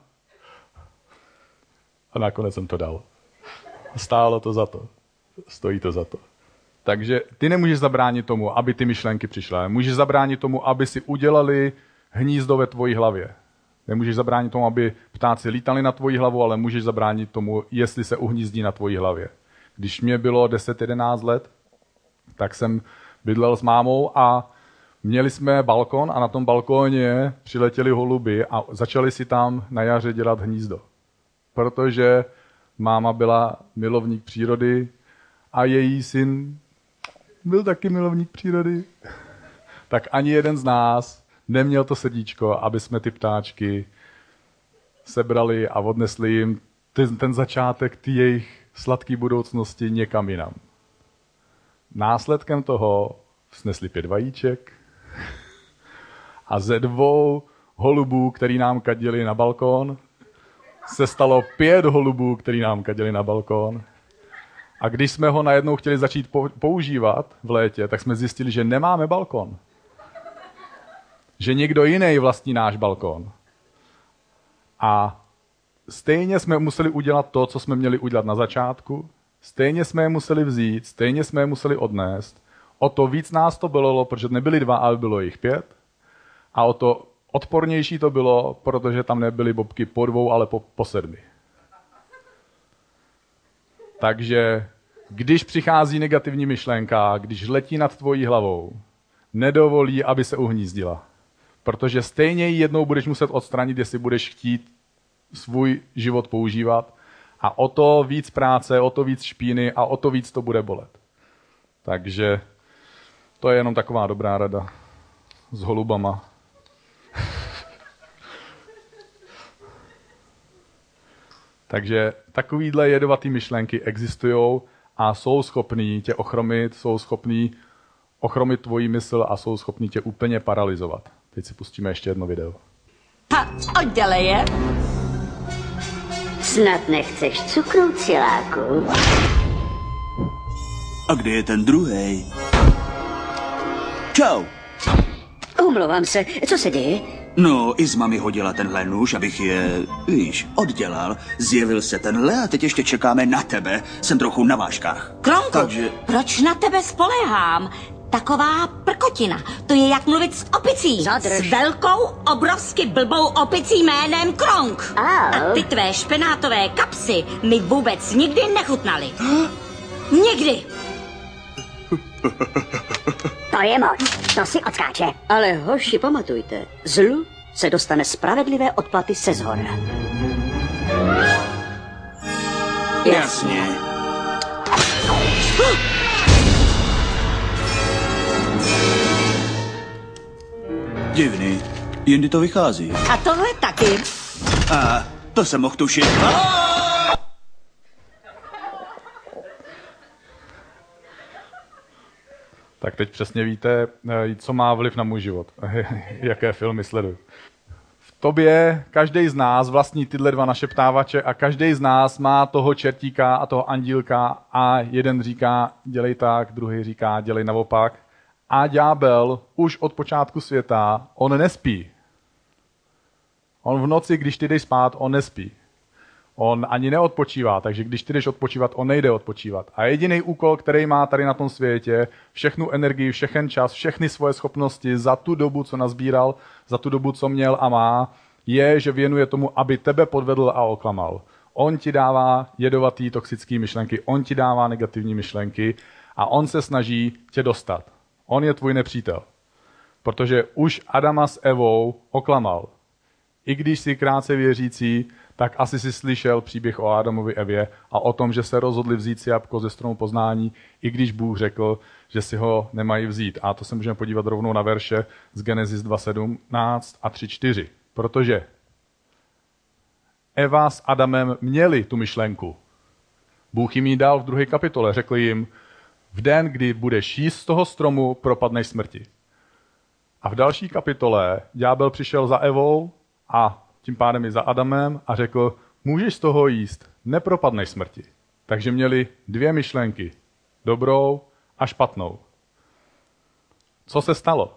Speaker 6: A nakonec jsem to dal. Stálo to za to. Stojí to za to. Takže ty nemůžeš zabránit tomu, aby ty myšlenky přišly. Můžeš zabránit tomu, aby si udělali hnízdo ve tvojí hlavě. Nemůžeš zabránit tomu, aby ptáci lítali na tvoji hlavu, ale můžeš zabránit tomu, jestli se uhnízdí na tvojí hlavě. Když mě bylo deset jedenáct let, tak jsem bydlel s mámou a měli jsme balkon a na tom balkóně přiletěli holuby a začali si tam na jaře dělat hnízdo. Protože máma byla milovník přírody a její syn byl taky milovník přírody, tak ani jeden z nás neměl to srdíčko, aby jsme ty ptáčky sebrali a odnesli jim ten, ten začátek ty jejich sladké budoucnosti někam jinam. Následkem toho snesli pět vajíček a ze dvou holubů, který nám kadili na balkón, se stalo pět holubů, který nám kadili na balkón. A když jsme ho najednou chtěli začít používat v létě, tak jsme zjistili, že nemáme balkón. Že někdo jiný vlastní náš balkón. A stejně jsme museli udělat to, co jsme měli udělat na začátku. Stejně jsme je museli vzít, stejně jsme je museli odnést. O to víc nás to bolelo, protože nebyli dva, ale bylo jich pět. A o to odpornější to bylo, protože tam nebyly bobky po dvou, ale po, po sedmi. Takže když přichází negativní myšlenka, když letí nad tvojí hlavou, nedovolí, aby se uhnízdila. Protože stejně ji jednou budeš muset odstranit, jestli budeš chtít svůj život používat. A o to víc práce, o to víc špíny a o to víc to bude bolet. Takže to je jenom taková dobrá rada s holubama. Takže takovýhle jedovatý myšlenky existují a jsou schopný tě ochromit, jsou schopný ochromit tvoji mysl a jsou schopný tě úplně paralyzovat. Teď si pustíme ještě jedno video.
Speaker 8: Ha, oddělej je. Snad nechceš cukru, ciláku.
Speaker 7: A kde je ten druhej? Čau.
Speaker 8: Umlouvám se, co se děje?
Speaker 7: No, Izma mi hodila tenhle nůž, abych je, víš, oddělal. Zjevil se tenhle a teď ještě čekáme na tebe. Jsem trochu na vážkách.
Speaker 8: Kronku,
Speaker 7: Takže...
Speaker 8: proč na tebe spolehám? Taková prkotina. To je jak mluvit s opicí. Zadrž. S velkou, obrovsky blbou opicí jménem Kronk. Oh. A ty tvé špenátové kapsy mi vůbec nikdy nechutnaly. Nikdy.
Speaker 9: To je moc, to si odskáče.
Speaker 8: Ale hoši, pamatujte, zlu se dostane spravedlivé odplaty se zhora.
Speaker 7: Jasně. Divný, jindy to vychází.
Speaker 8: A tohle taky.
Speaker 7: A to jsem mohl tušit.
Speaker 6: Tak teď přesně víte, co má vliv na můj život. Jaké filmy sleduju. V tobě každý z nás vlastní tyhle dva našeptávače a každý z nás má toho čertíka a toho andílka a jeden říká dělej tak, druhý říká dělej naopak. A ďábel už od počátku světa, on nespí. On v noci, když ty jdeš spát, on nespí. On ani neodpočívá, takže když ty jdeš odpočívat, on nejde odpočívat. A jediný úkol, který má tady na tom světě, všechnu energii, všechen čas, všechny svoje schopnosti za tu dobu, co nazbíral, za tu dobu, co měl a má, je, že věnuje tomu, aby tebe podvedl a oklamal. On ti dává jedovatý, toxický myšlenky, on ti dává negativní myšlenky a on se snaží tě dostat. On je tvůj nepřítel. Protože už Adama s Evou oklamal. I když jsi krátce věřící, tak asi si slyšel příběh o Adamovi Evě a o tom, že se rozhodli vzít si jabko ze stromu poznání, i když Bůh řekl, že si ho nemají vzít. A to se můžeme podívat rovnou na verše z Genesis dva sedmnáct a tři čtyři. Protože Eva s Adamem měli tu myšlenku. Bůh jim ji dal v druhé kapitole. Řekl jim, v den, kdy budeš jíst z toho stromu, propadneš smrti. A v další kapitole ďábel přišel za Evou a tím pádem i za Adamem a řekl, můžeš z toho jíst, nepropadneš smrti. Takže měli dvě myšlenky, dobrou a špatnou. Co se stalo?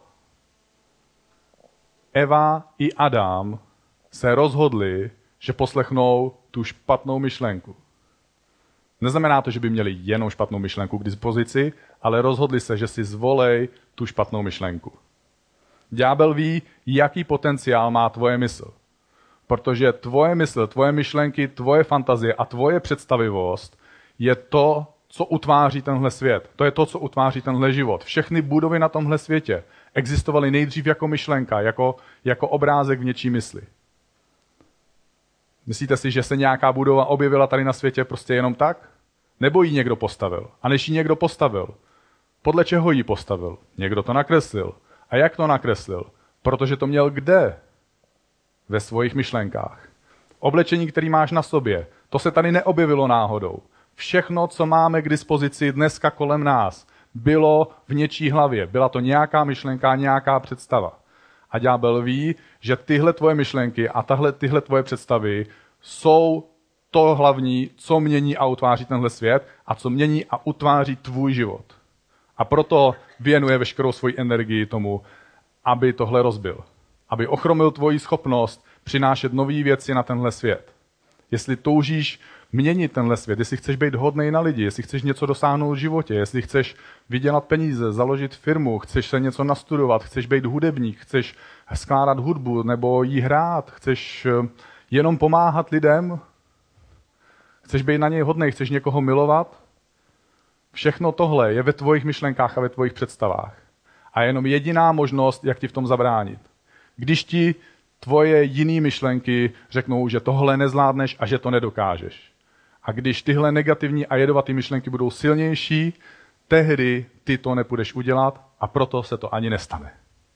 Speaker 6: Eva i Adam se rozhodli, že poslechnou tu špatnou myšlenku. Neznamená to, že by měli jenom špatnou myšlenku k dispozici, ale rozhodli se, že si zvolej tu špatnou myšlenku. Ďábel ví, jaký potenciál má tvoje mysl. Protože tvoje mysl, tvoje myšlenky, tvoje fantazie a tvoje představivost je to, co utváří tenhle svět. To je to, co utváří tenhle život. Všechny budovy na tomhle světě existovaly nejdřív jako myšlenka, jako, jako obrázek v něčí mysli. Myslíte si, že se nějaká budova objevila tady na světě prostě jenom tak? Nebo ji někdo postavil? A než ji někdo postavil, podle čeho ji postavil? Někdo to nakreslil. A jak to nakreslil? Protože to měl kde? Ve svých myšlenkách. Oblečení, který máš na sobě, to se tady neobjevilo náhodou. Všechno, co máme k dispozici dneska kolem nás, bylo v něčí hlavě. Byla to nějaká myšlenka, nějaká představa. A ďábel ví, že tyhle tvoje myšlenky a tahle, tyhle tvoje představy jsou to hlavní, co mění a utváří tenhle svět a co mění a utváří tvůj život. A proto věnuje veškerou svoji energii tomu, aby tohle rozbil. Aby ochromil tvoji schopnost přinášet nové věci na tenhle svět. Jestli toužíš měnit tenhle svět, jestli chceš být hodnej na lidi, jestli chceš něco dosáhnout v životě, jestli chceš vydělat peníze, založit firmu, chceš se něco nastudovat, chceš být hudebník, chceš skládat hudbu nebo jí hrát, chceš jenom pomáhat lidem, chceš být na něj hodnej, chceš někoho milovat, všechno tohle je ve tvojich myšlenkách a ve tvojich představách. A je jenom jediná možnost, jak ti v tom zabránit. Když ti tvoje jiné myšlenky řeknou, že tohle nezvládneš a že to nedokážeš. A když tyhle negativní a jedovaté myšlenky budou silnější, tehdy ty to nepůjdeš udělat a proto se to ani nestane.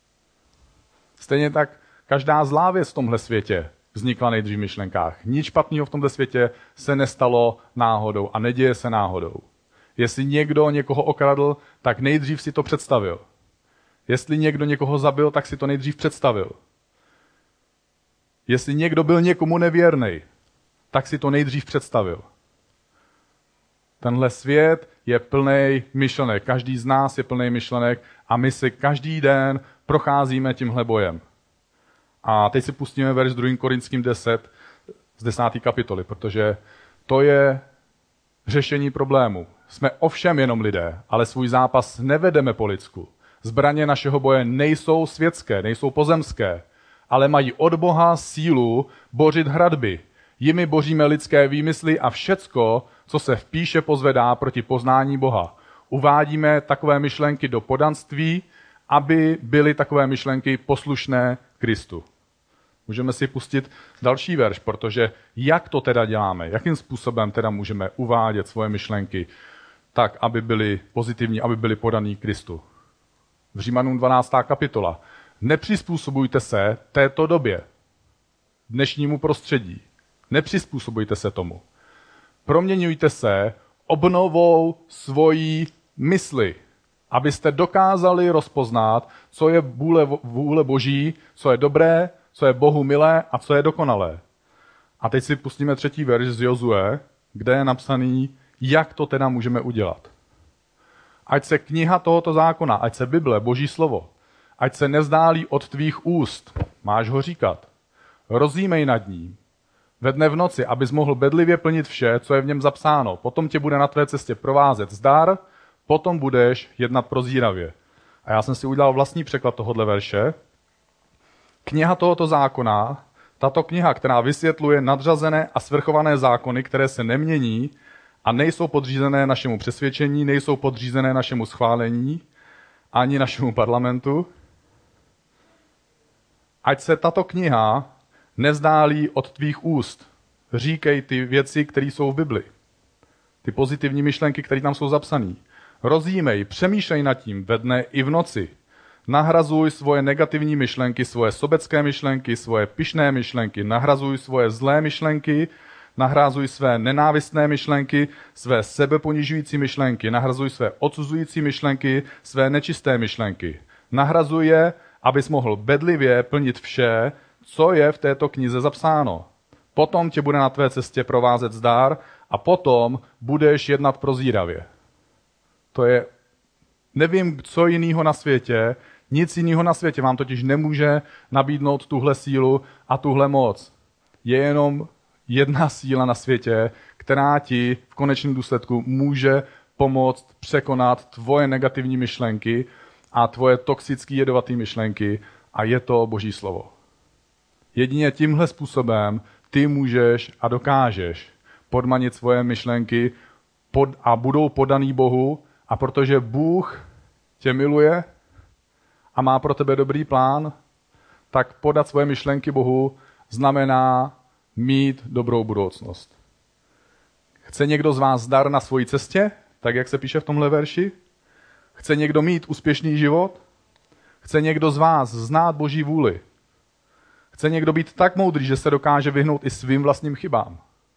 Speaker 6: Stejně tak každá zlá věc v tomhle světě vznikla nejdřív v myšlenkách. Nic špatného v tomhle světě se nestalo náhodou a neděje se náhodou. Jestli někdo někoho okradl, tak nejdřív si to představil. Jestli někdo někoho zabil, tak si to nejdřív představil. Jestli někdo byl někomu nevěrnej, tak si to nejdřív představil. Tenhle svět je plný myšlenek. Každý z nás je plný myšlenek a my si každý den procházíme tímhle bojem. A teď si pustíme verš druhým Korinským deset z desáté kapitoly, protože to je řešení problému. Jsme ovšem jenom lidé, ale svůj zápas nevedeme po lidsku. Zbraně našeho boje nejsou světské, nejsou pozemské, ale mají od Boha sílu bořit hradby. Jimi boříme lidské výmysly a všecko, co se v píše pozvedá proti poznání Boha. Uvádíme takové myšlenky do podanství, aby byly takové myšlenky poslušné Kristu. Můžeme si pustit další verš, protože jak to teda děláme, jakým způsobem teda můžeme uvádět svoje myšlenky tak, aby byly pozitivní, aby byly podaný Kristu. V Římanům dvanáctá kapitola. Nepřizpůsobujte se této době, dnešnímu prostředí. Nepřizpůsobujte se tomu. Proměňujte se obnovou svojí mysli, abyste dokázali rozpoznat, co je vůle, vůle Boží, co je dobré, co je Bohu milé a co je dokonalé. A teď si pustíme třetí verš z Jozue, kde je napsaný, jak to teda můžeme udělat. Ať se kniha tohoto zákona, ať se Bible, Boží slovo, ať se nezdálí od tvých úst, máš ho říkat. Rozjímej nad ním. Ve dne v noci, abys mohl bedlivě plnit vše, co je v něm zapsáno. Potom tě bude na tvé cestě provázet zdar, potom budeš jednat prozíravě. A já jsem si udělal vlastní překlad tohohle verše. Kniha tohoto zákona, tato kniha, která vysvětluje nadřazené a svrchované zákony, které se nemění a nejsou podřízené našemu přesvědčení, nejsou podřízené našemu schválení, ani našemu parlamentu. Ať se tato kniha nezdálí od tvých úst. Říkej ty věci, které jsou v Bibli. Ty pozitivní myšlenky, které tam jsou zapsané. Rozjímej, přemýšlej nad tím ve dne i v noci. Nahrazuj svoje negativní myšlenky, svoje sobecké myšlenky, svoje pyšné myšlenky. Nahrazuj svoje zlé myšlenky, nahrazuj své nenávistné myšlenky, své sebeponižující myšlenky. Nahrazuj své odsuzující myšlenky, své nečisté myšlenky. Nahrazuj je, abys mohl bedlivě plnit vše, co je v této knize zapsáno. Potom tě bude na tvé cestě provázet zdar a potom budeš jednat prozíravě. To je, nevím, co jiného na světě, nic jiného na světě vám totiž nemůže nabídnout tuhle sílu a tuhle moc. Je jenom jedna síla na světě, která ti v konečném důsledku může pomoct překonat tvoje negativní myšlenky a tvoje toxické jedovaté myšlenky a je to Boží slovo. Jedině tímhle způsobem ty můžeš a dokážeš podmanit svoje myšlenky pod, a budou podaný Bohu a protože Bůh tě miluje a má pro tebe dobrý plán, tak podat svoje myšlenky Bohu znamená mít dobrou budoucnost. Chce někdo z vás zdar na svojí cestě, tak jak se píše v tomhle verši? Chce někdo mít úspěšný život? Chce někdo z vás znát Boží vůli? Chce někdo být tak moudrý, že se dokáže vyhnout i svým vlastním chybám?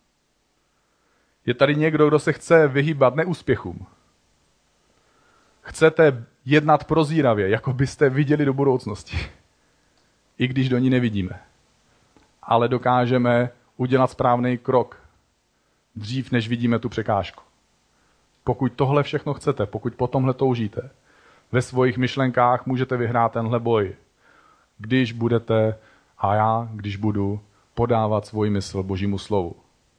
Speaker 6: Je tady někdo, kdo se chce vyhýbat neúspěchům? Chcete jednat prozíravě, jako byste viděli do budoucnosti, i když do ní nevidíme. Ale dokážeme udělat správný krok dřív, než vidíme tu překážku. Pokud tohle všechno chcete, pokud po tomhle toužíte, ve svých myšlenkách můžete vyhrát tenhle boj, když budete a já, když budu podávat svůj mysl Božímu slovu.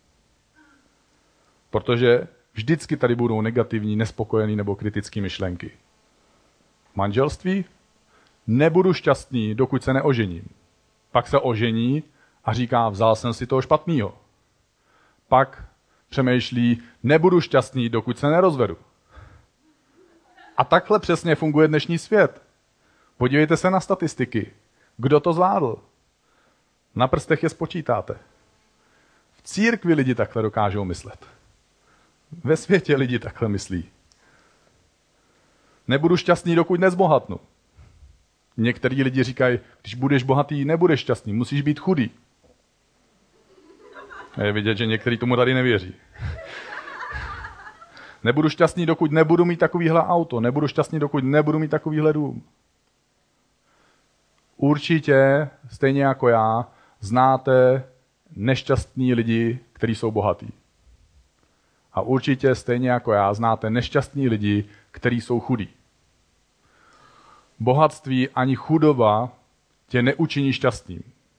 Speaker 6: Protože vždycky tady budou negativní, nespokojený nebo kritické myšlenky. Manželství? Nebudu šťastný, dokud se neožením. Pak se ožení a říká, vzal jsem si toho špatného. Pak přemýšlí, nebudu šťastný, dokud se nerozvedu. A takhle přesně funguje dnešní svět. Podívejte se na statistiky. Kdo to zvládl? Na prstech je spočítáte. V církvi lidi takhle dokážou myslet. Ve světě lidi takhle myslí. Nebudu šťastný, dokud nezbohatnu. Některý lidi říkají, když budeš bohatý, nebudeš šťastný, musíš být chudý. Je vidět, že některý tomu tady nevěří. Nebudu šťastný, dokud nebudu mít takovýhle auto. Nebudu šťastný, dokud nebudu mít takovýhle dům. Určitě, stejně jako já, znáte nešťastní lidi, kteří jsou bohatí. A určitě, stejně jako já, znáte nešťastní lidi, kteří jsou chudí. Bohatství ani chudoba tě neučiní šťastným.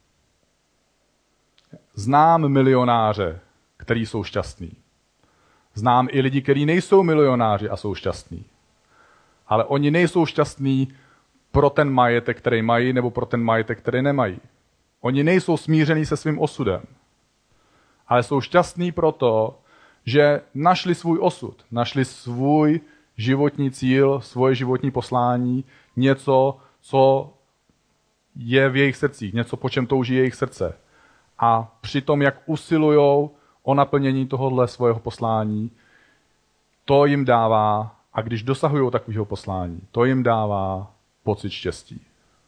Speaker 6: Znám milionáře, kteří jsou šťastní. Znám i lidi, kteří nejsou milionáři a jsou šťastní. Ale oni nejsou šťastní pro ten majetek, který mají, nebo pro ten majetek, který nemají. Oni nejsou smíření se svým osudem. Ale jsou šťastní proto, že našli svůj osud, našli svůj životní cíl, svoje životní poslání, něco, co je v jejich srdcích, něco, po čem touží jejich srdce. A při tom, jak usilujou o naplnění tohohle svého poslání, to jim dává, a když dosahují takového poslání, to jim dává pocit štěstí.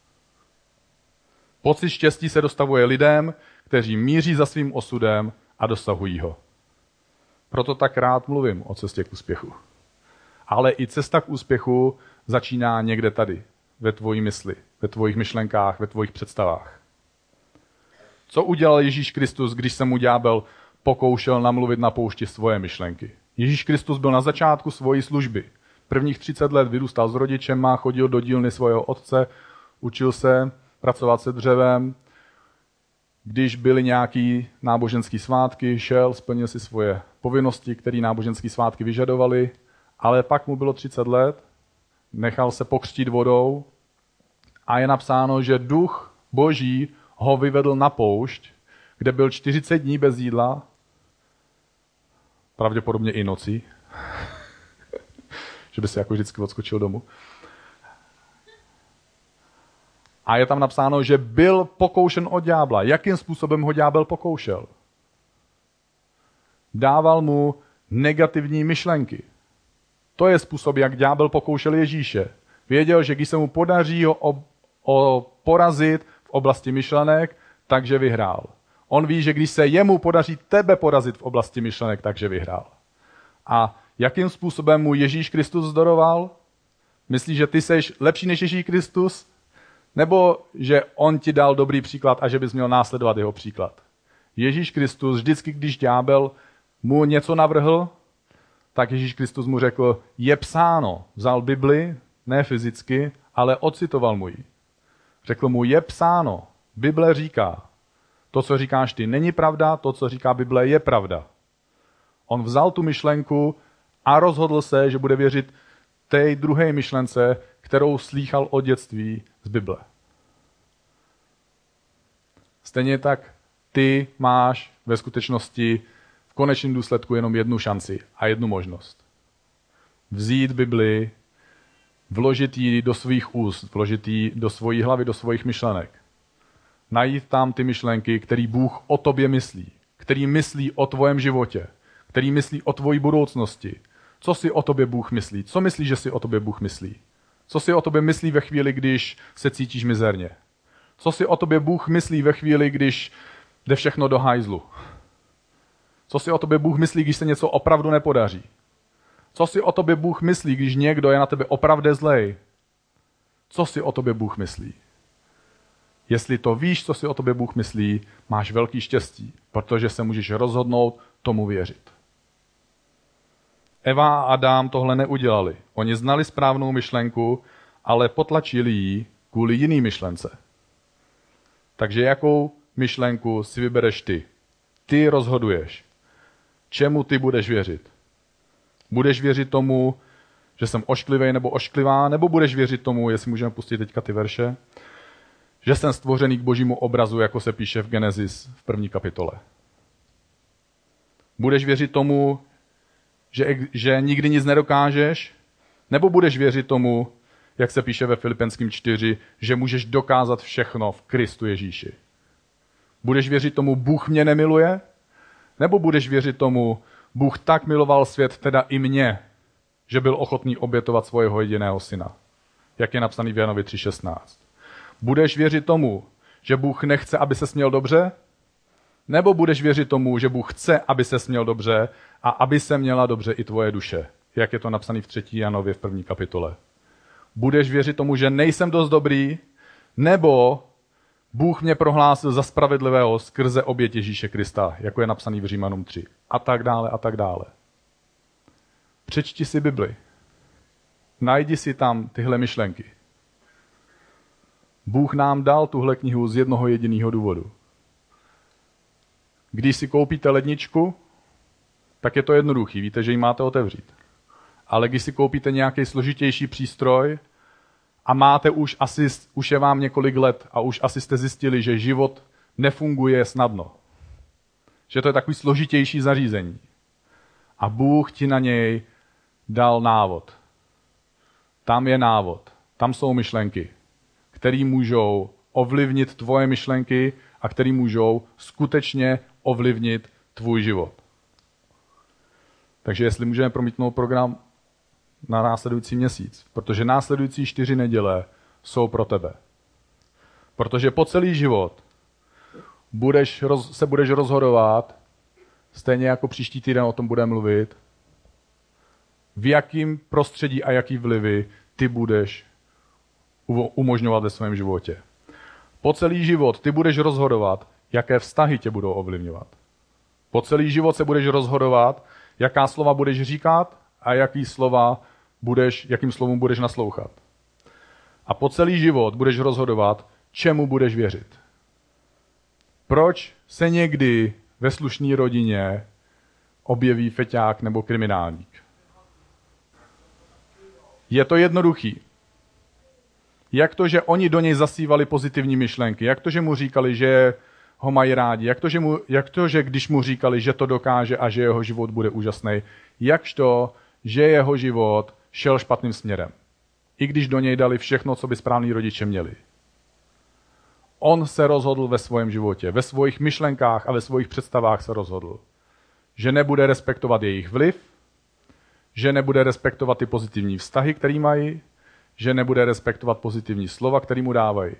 Speaker 6: Pocit štěstí se dostavuje lidem, kteří míří za svým osudem a dosahují ho. Proto tak rád mluvím o cestě k úspěchu. Ale i cesta k úspěchu začíná někde tady, ve tvojí mysli, ve tvojich myšlenkách, ve tvojich představách. Co udělal Ježíš Kristus, když se mu ďábel pokoušel namluvit na poušti svoje myšlenky? Ježíš Kristus byl na začátku svojí služby. Prvních třicet let vyrůstal s rodičema, chodil do dílny svého otce, učil se pracovat se dřevem. Když byly nějaký náboženský svátky, šel, splnil si svoje povinnosti, které náboženské svátky vyžadovaly, ale pak mu bylo třicet let, nechal se pokřtít vodou a je napsáno, že duch Boží ho vyvedl na poušť, kde byl čtyřicet dní bez jídla, pravděpodobně i nocí, že by si jako vždycky odskočil domů. A je tam napsáno, že byl pokoušen od ďábla. Jakým způsobem ho ďábel pokoušel? Dával mu negativní myšlenky. To je způsob, jak ďábel pokoušel Ježíše. Věděl, že když se mu podaří ho o, o porazit v oblasti myšlenek, takže vyhrál. On ví, že když se jemu podaří tebe porazit v oblasti myšlenek, takže vyhrál. A jakým způsobem mu Ježíš Kristus zdoroval? Myslíš, že ty seš lepší než Ježíš Kristus? Nebo že on ti dal dobrý příklad a že bys měl následovat jeho příklad? Ježíš Kristus vždycky, když ďábel mu něco navrhl, tak Ježíš Kristus mu řekl, je psáno. Vzal Bibli, ne fyzicky, ale ocitoval mu ji. Řekl mu, je psáno. Bible říká. To, co říkáš ty, není pravda, to, co říká Bible, je pravda. On vzal tu myšlenku a rozhodl se, že bude věřit té druhé myšlence, kterou slýchal od dětství z Bible. Stejně tak ty máš ve skutečnosti v konečném důsledku jenom jednu šanci a jednu možnost. Vzít Bibli, vložit ji do svých úst, vložit ji do svojí hlavy, do svých myšlenek. najít tam ty myšlenky, který Bůh o tobě myslí, který myslí o tvojem životě, který myslí o tvojí budoucnosti. Co si o tobě Bůh myslí? Co myslí, že si o tobě Bůh myslí? Co si o tobě myslí ve chvíli, když se cítíš mizerně? Co si o tobě Bůh myslí ve chvíli, když jde všechno do hajzlu? Co si o tobě Bůh myslí, když se něco opravdu nepodaří? Co si o tobě Bůh myslí, když někdo je na tebe opravdu zlej? Co si o tobě Bůh myslí? Jestli to víš, co si o tobě Bůh myslí, máš velký štěstí, protože se můžeš rozhodnout tomu věřit. Eva a Adam tohle neudělali. Oni znali správnou myšlenku, ale potlačili ji kvůli jiný myšlence. Takže jakou myšlenku si vybereš ty? Ty rozhoduješ. Čemu ty budeš věřit? Budeš věřit tomu, že jsem ošklivý nebo ošklivá, nebo budeš věřit tomu, jestli můžeme pustit teďka ty verše, že jsem stvořený k božímu obrazu, jako se píše v Genesis v první kapitole. Budeš věřit tomu, že, že nikdy nic nedokážeš, nebo budeš věřit tomu, jak se píše ve Filipenským čtyři, že můžeš dokázat všechno v Kristu Ježíši. Budeš věřit tomu, Bůh mě nemiluje, nebo budeš věřit tomu, Bůh tak miloval svět, teda i mě, že byl ochotný obětovat svého jediného syna, jak je napsaný v Janovi tři šestnáct. Budeš věřit tomu, že Bůh nechce, aby se směl dobře, nebo budeš věřit tomu, že Bůh chce, aby se směl dobře a aby se měla dobře i tvoje duše, jak je to napsaný v třetí Janově v první kapitole. Budeš věřit tomu, že nejsem dost dobrý, nebo Bůh mě prohlásil za spravedlivého skrze oběť Ježíše Krista, jako je napsaný v Římanům tři. A tak dále, a tak dále. Přečti si Bibli. Najdi si tam tyhle myšlenky. Bůh nám dal tuhle knihu z jednoho jediného důvodu. Když si koupíte ledničku, tak je to jednoduchý, víte, že ji máte otevřít. Ale když si koupíte nějaký složitější přístroj a máte už asi, už je vám několik let a už asi jste zjistili, že život nefunguje snadno. Že to je takový složitější zařízení. A Bůh ti na něj dal návod. Tam je návod. Tam jsou myšlenky, které můžou ovlivnit tvoje myšlenky a které můžou skutečně ovlivnit tvůj život. Takže jestli můžeme promítnout program na následující měsíc, protože následující čtyři neděle jsou pro tebe. Protože po celý život budeš, se budeš rozhodovat, stejně jako příští týden o tom budeme mluvit, v jakém prostředí a jaký vlivy ty budeš umožňovat ve svém životě. Po celý život ty budeš rozhodovat, jaké vztahy tě budou ovlivňovat. Po celý život se budeš rozhodovat, jaká slova budeš říkat a jaký slova budeš, jakým slovům budeš naslouchat. A po celý život budeš rozhodovat, čemu budeš věřit. Proč se někdy ve slušné rodině objeví feťák nebo kriminálník? Je to jednoduchý. Jak to, že oni do něj zasívali pozitivní myšlenky? Jak to, že mu říkali, že ho mají rádi? Jak to, že, mu, jak to, že když mu říkali, že to dokáže a že jeho život bude úžasný? Jakž to, že jeho život šel špatným směrem? I když do něj dali všechno, co by správní rodiče měli. On se rozhodl ve svém životě, ve svých myšlenkách a ve svých představách se rozhodl, že nebude respektovat jejich vliv, že nebude respektovat ty pozitivní vztahy, které mají, že nebude respektovat pozitivní slova, které mu dávají.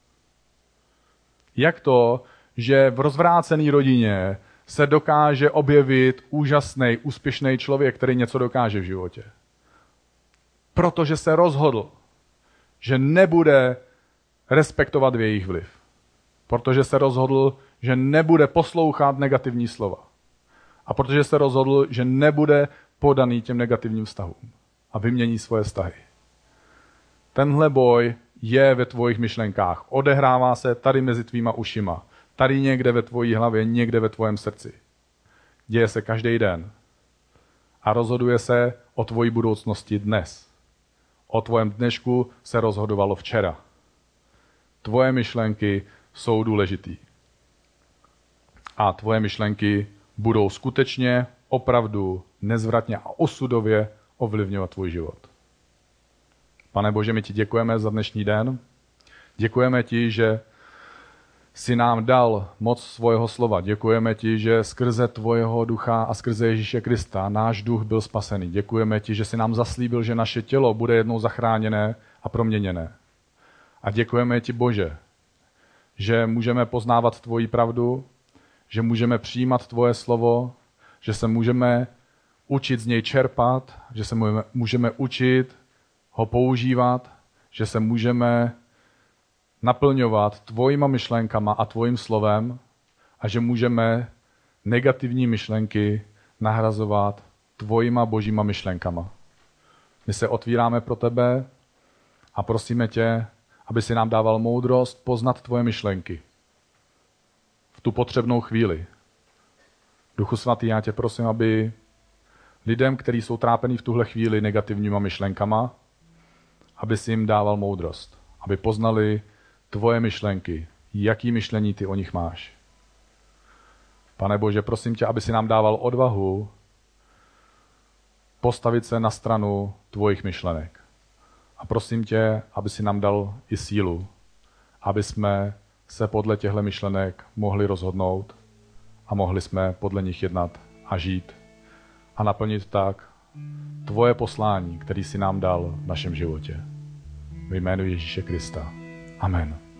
Speaker 6: Jak to, že v rozvrácené rodině se dokáže objevit úžasný, úspěšný člověk, který něco dokáže v životě? Protože se rozhodl, že nebude respektovat jejich vliv. Protože se rozhodl, že nebude poslouchat negativní slova. A protože se rozhodl, že nebude podaný těm negativním vztahům a vymění svoje vztahy. Tenhle boj je ve tvojich myšlenkách. Odehrává se tady mezi tvýma ušima. Tady někde ve tvojí hlavě, někde ve tvém srdci. Děje se každý den. A rozhoduje se o tvojí budoucnosti dnes. O tvém dnešku se rozhodovalo včera. Tvoje myšlenky jsou důležitý. A tvoje myšlenky budou skutečně, opravdu, nezvratně a osudově ovlivňovat tvůj život. Pane Bože, my ti děkujeme za dnešní den. Děkujeme ti, že si nám dal moc svého slova. Děkujeme ti, že skrze tvojeho ducha a skrze Ježíše Krista náš duch byl spasený. Děkujeme ti, že si nám zaslíbil, že naše tělo bude jednou zachráněné a proměněné. A děkujeme ti, Bože, že můžeme poznávat tvoji pravdu, že můžeme přijímat tvoje slovo, že se můžeme učit z něj čerpat, že se můžeme, můžeme učit ho používat, že se můžeme naplňovat tvojima myšlenkama a tvojím slovem a že můžeme negativní myšlenky nahrazovat tvojima božíma myšlenkama. My se otvíráme pro tebe a prosíme tě, aby si nám dával moudrost poznat tvoje myšlenky v tu potřebnou chvíli. Duchu svatý, já tě prosím, aby lidem, kteří jsou trápení v tuhle chvíli negativníma myšlenkama, aby si jim dával moudrost, aby poznali tvoje myšlenky, jaký myšlení ty o nich máš. Pane Bože, prosím tě, aby si nám dával odvahu postavit se na stranu tvojich myšlenek. A prosím tě, aby si nám dal i sílu, aby jsme se podle těchto myšlenek mohli rozhodnout a mohli jsme podle nich jednat a žít a naplnit tak tvoje poslání, který si nám dal v našem životě. Ve jménu Ježíše Krista. Amen.